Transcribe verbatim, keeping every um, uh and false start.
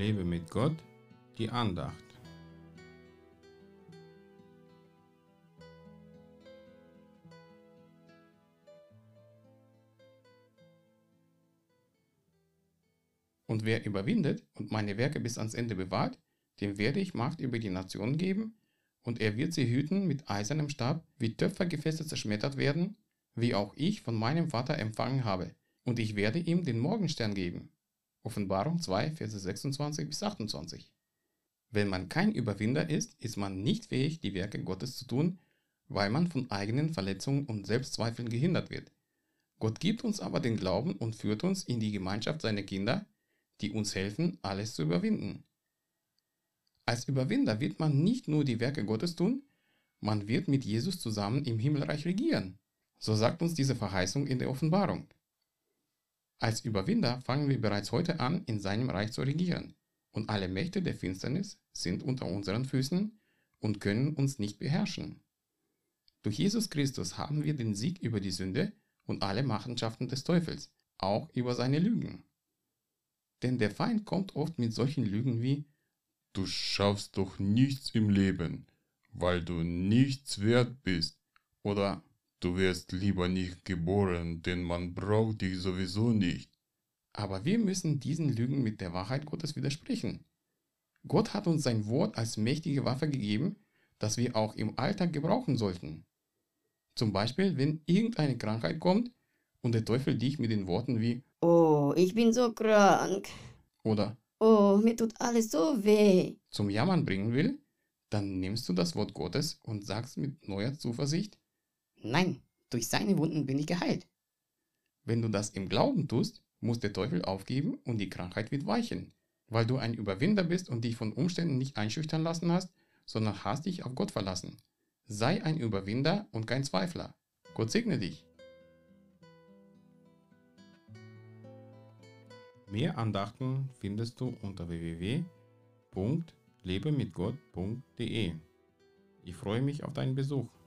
Lebe mit Gott, die Andacht. Und wer überwindet und meine Werke bis ans Ende bewahrt, dem werde ich Macht über die Nationen geben, und er wird sie hüten mit eisernem Stab, wie Töpfergefäße zerschmettert werden, wie auch ich von meinem Vater empfangen habe, und ich werde ihm den Morgenstern geben. Offenbarung zwei, Verse sechsundzwanzig bis achtundzwanzig. Wenn man kein Überwinder ist, ist man nicht fähig, die Werke Gottes zu tun, weil man von eigenen Verletzungen und Selbstzweifeln gehindert wird. Gott gibt uns aber den Glauben und führt uns in die Gemeinschaft seiner Kinder, die uns helfen, alles zu überwinden. Als Überwinder wird man nicht nur die Werke Gottes tun, man wird mit Jesus zusammen im Himmelreich regieren. So sagt uns diese Verheißung in der Offenbarung. Als Überwinder fangen wir bereits heute an, in seinem Reich zu regieren, und alle Mächte der Finsternis sind unter unseren Füßen und können uns nicht beherrschen. Durch Jesus Christus haben wir den Sieg über die Sünde und alle Machenschaften des Teufels, auch über seine Lügen. Denn der Feind kommt oft mit solchen Lügen wie: Du schaffst doch nichts im Leben, weil du nichts wert bist. Oder du wirst lieber nicht geboren, denn man braucht dich sowieso nicht. Aber wir müssen diesen Lügen mit der Wahrheit Gottes widersprechen. Gott hat uns sein Wort als mächtige Waffe gegeben, das wir auch im Alltag gebrauchen sollten. Zum Beispiel, wenn irgendeine Krankheit kommt und der Teufel dich mit den Worten wie Oh, ich bin so krank. Oder Oh, mir tut alles so weh. zum Jammern bringen will, dann nimmst du das Wort Gottes und sagst mit neuer Zuversicht: Nein, durch seine Wunden bin ich geheilt. Wenn du das im Glauben tust, muss der Teufel aufgeben und die Krankheit wird weichen, weil du ein Überwinder bist und dich von Umständen nicht einschüchtern lassen hast, sondern hast dich auf Gott verlassen. Sei ein Überwinder und kein Zweifler. Gott segne dich. Mehr Andachten findest du unter w w w punkt lebe mit gott punkt de. Ich freue mich auf deinen Besuch.